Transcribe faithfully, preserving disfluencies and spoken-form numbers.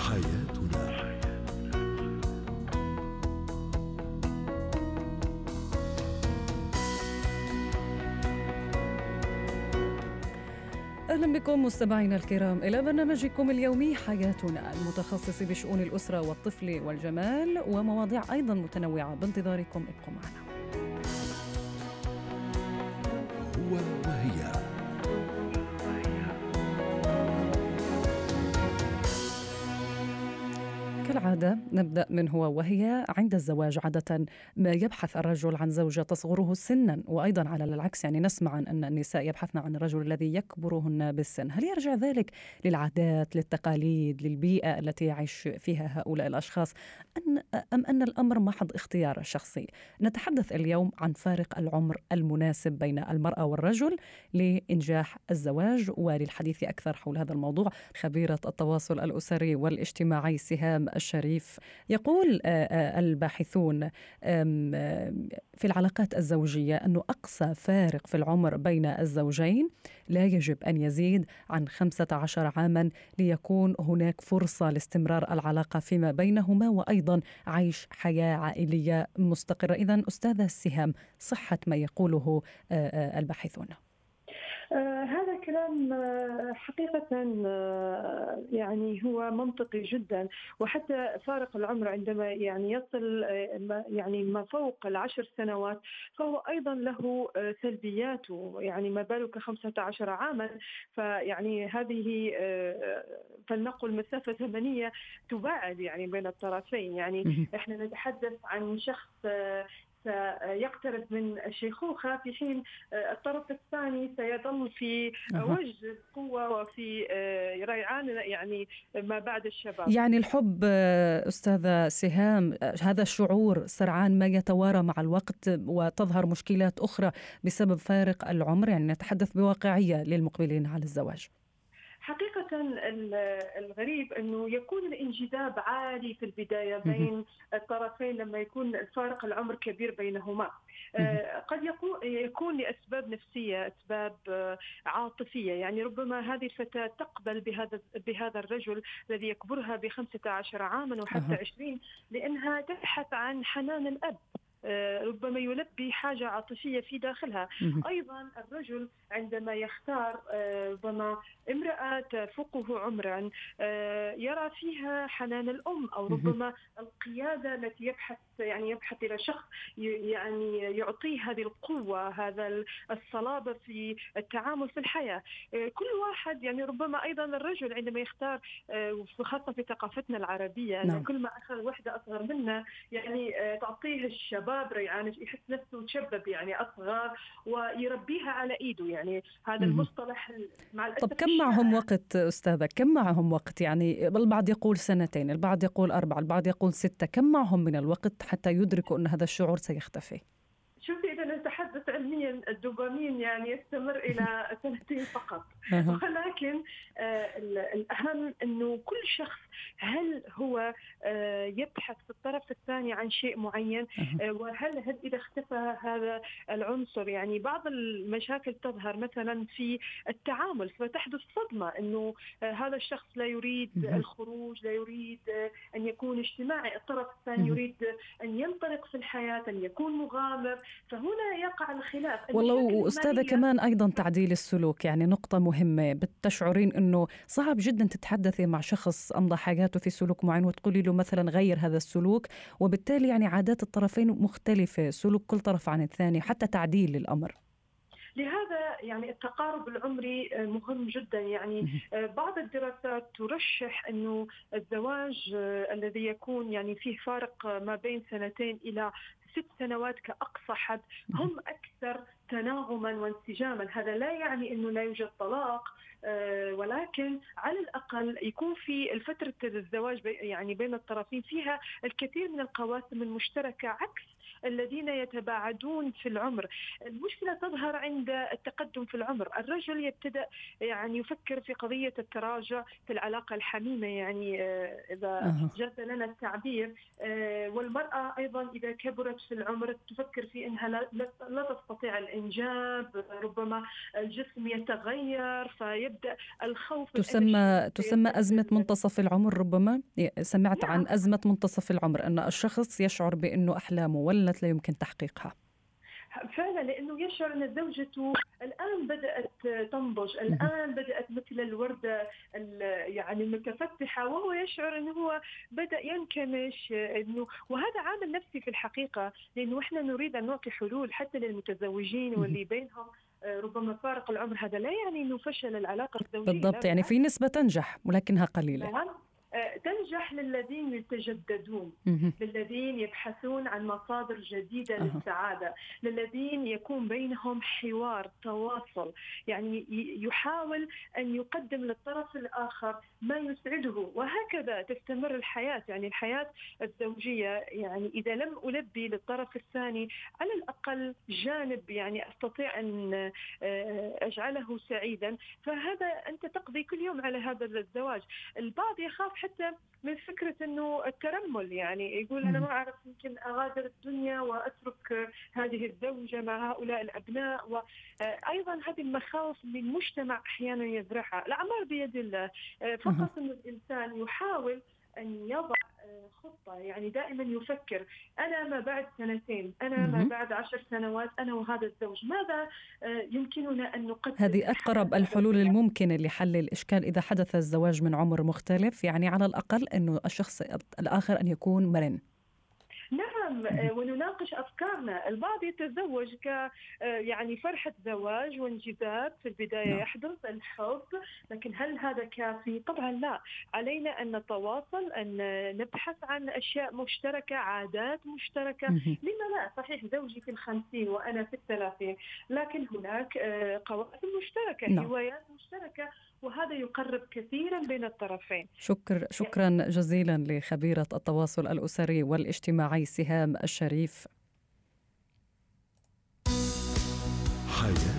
حياتنا. أهلا بكم مستمعينا الكرام إلى برنامجكم اليومي حياتنا المتخصص بشؤون الأسرة والطفل والجمال ومواضيع أيضا متنوعة بانتظاركم. ابقوا معنا. هو وهي. كالعادة نبدأ من هو وهي. عند الزواج عادة ما يبحث الرجل عن زوجة تصغره سنا، وأيضا على العكس، يعني نسمع عن أن النساء يبحثن عن الرجل الذي يكبرهن بالسن. هل يرجع ذلك للعادات، للتقاليد، للبيئة التي يعيش فيها هؤلاء الأشخاص، أن أم أن الأمر محض اختيار شخصي؟ نتحدث اليوم عن فارق العمر المناسب بين المرأة والرجل لإنجاح الزواج. وللحديث أكثر حول هذا الموضوع خبيرة التواصل الأسري والاجتماعي سهام الشريف. يقول الباحثون في العلاقات الزوجية أنه أقصى فارق في العمر بين الزوجين لا يجب أن يزيد عن خمسة عشر عاما ليكون هناك فرصة لاستمرار العلاقة فيما بينهما وأيضا عيش حياة عائلية مستقرة. إذن أستاذة سهام، صحة ما يقوله الباحثون؟ آه هذا كلام آه حقيقة آه يعني هو منطقي جدا، وحتى فارق العمر عندما يعني يصل آه يعني ما فوق العشر سنوات فهو أيضا له آه سلبياته، يعني ما بالك خمسة عشر عاما. فيعني هذه آه فلنقل مسافة زمنية تباعد يعني بين الطرفين. يعني احنا نتحدث عن شخص آه سيقترب من الشيخوخة في حين الطرف الثاني سيظل في وجه القوة وفي ريعان يعني ما بعد الشباب. يعني الحب أستاذة سهام، هذا الشعور سرعان ما يتوارى مع الوقت وتظهر مشكلات أخرى بسبب فارق العمر، يعني نتحدث بواقعية للمقبلين على الزواج. حقيقة الغريب أنه يكون الانجذاب عالي في البداية بين الطرفين لما يكون الفارق العمر كبير بينهما. قد يكون لأسباب نفسية، أسباب عاطفية. يعني ربما هذه الفتاة تقبل بهذا بهذا الرجل الذي يكبرها بخمسة عشر عاما وحتى عشرين لأنها تبحث عن حنان الأب، ربما يلبي حاجة عاطفية في داخلها. أيضا الرجل عندما يختار ربما امرأة تفوقه عمرا يرى فيها حنان الأم، أو ربما القيادة التي يبحث يعني يبحث إلى شخص يعني يعطيه هذه القوة، هذا الصلابة في التعامل في الحياة. كل واحد يعني ربما أيضا الرجل عندما يختار، خاصة في ثقافتنا العربية، أن كل ما أخذ وحدة أصغر منا يعني تعطيه الشباب ريعان، يحس نفسه شباب يعني أصغر ويربيها على إيده. يعني هذا المصطلح مع الأسف. طب كم معهم وقت أستاذة؟ كم معهم وقت؟ يعني البعض يقول سنتين، البعض يقول أربعة، البعض يقول ستة. كم معهم من الوقت حتى يدركوا أن هذا الشعور سيختفي؟ شوفي، إذا نتحدث علميا الدوبامين يعني يستمر إلى سنتين فقط. ولكن آه الأهم أنه كل شخص هل هو آه يبحث في الطرف الثاني عن شيء معين، آه وهل هل إذا اختفى هذا العنصر. يعني بعض المشاكل تظهر مثلا في التعامل، فتحدث صدمة أنه آه هذا الشخص لا يريد الخروج، لا يريد آه أن يكون اجتماعي، الطرف الثاني يريد أن ينطلق في الحياة، أن يكون مغامر، فهنا يقع الخلاف. والله أستاذة كمان أيضا تعديل السلوك، يعني نقطة مهمة. بتشعرين أنه صعب جدا تتحدثي مع شخص أمضى حياته في سلوك معين وتقولي له مثلا غير هذا السلوك، وبالتالي يعني عادات الطرفين مختلفة، سلوك كل طرف عن الثاني، حتى تعديل الأمر. لهذا يعني التقارب العمري مهم جدا. يعني بعض الدراسات ترشح أنه الزواج الذي يكون يعني فيه فارق ما بين سنتين إلى ست سنوات كأقصى حد هم أكثر تناغما وانسجاما. هذا لا يعني أنه لا يوجد طلاق، آه ولكن على الأقل يكون في الفترة الزواج يعني بين الطرفين فيها الكثير من القواسم المشتركة، عكس الذين يتباعدون في العمر. المشكلة تظهر عند التقدم في العمر. الرجل يبتدأ يعني يفكر في قضية التراجع في العلاقة الحميمة، يعني إذا جاز لنا التعبير، والمرأة أيضا إذا كبرت في العمر تفكر في أنها لا تستطيع الإنجاب، ربما الجسم يتغير فيبدأ الخوف. تسمى تسمى أزمة منتصف العمر. ربما سمعت نعم. عن أزمة منتصف العمر، أن الشخص يشعر بأنه أحلامه ولت لا يمكن تحقيقها. فعلا، لأنه يشعر أن زوجته الآن بدأت تنضج، الآن بدأت مثل الوردة يعني المتفتحة، وهو يشعر أنه هو بدأ ينكمش، إنه وهذا عامل نفسي في الحقيقة، لأنه إحنا نريد أن نعطي حلول حتى للمتزوجين واللي بينهم ربما فارق العمر. هذا لا يعني أنه فشل العلاقة الزوجية، بالضبط، يعني في نسبة تنجح ولكنها قليلة. نعم. تنجح للذين يتجددون، للذين يبحثون عن مصادر جديدة أه. للسعادة، للذين يكون بينهم حوار، تواصل، يعني يحاول أن يقدم للطرف الآخر ما يسعده، وهكذا تستمر الحياة. يعني الحياة الزوجية، يعني إذا لم ألبي للطرف الثاني على الأقل جانب يعني أستطيع أن أجعله سعيدا، فهذا أنت تقضي كل يوم على هذا الزواج. البعض يخاف حتى من فكرة أنه الترمل، يعني يقول أنا ما أعرف يمكن أغادر الدنيا وأترك هذه الزوجة مع هؤلاء الأبناء، وأيضا هذه المخاوف اللي المجتمع أحيانا يزرعها. الأعمار بيد الله، فقط أن الإنسان يحاول أن يضع خطة، يعني دائما يفكر أنا ما بعد سنتين، أنا ما بعد عشر سنوات، أنا وهذا الزوج ماذا يمكننا أن نقدم. هذه أقرب الحلول الممكنة لحل الإشكال إذا حدث الزواج من عمر مختلف، يعني على الأقل أنه الشخص الآخر أن يكون مرن. نعم، ونناقش أفكارنا. البعض يتزوج ك يعني فرحة زواج وانجذاب في البداية، نعم. يحدث الحب، لكن هل هذا كافي؟ طبعا لا. علينا أن نتواصل، أن نبحث عن أشياء مشتركة، عادات مشتركة. لما لا؟ صحيح زوجي في الخمسين وأنا في الثلاثين، لكن هناك قواسم مشتركة، نعم. هوايات مشتركة، وهذا يقرب كثيرا بين الطرفين. شكر شكرا جزيلا لخبيرة التواصل الأسري والاجتماعي سهام الشريف. حياة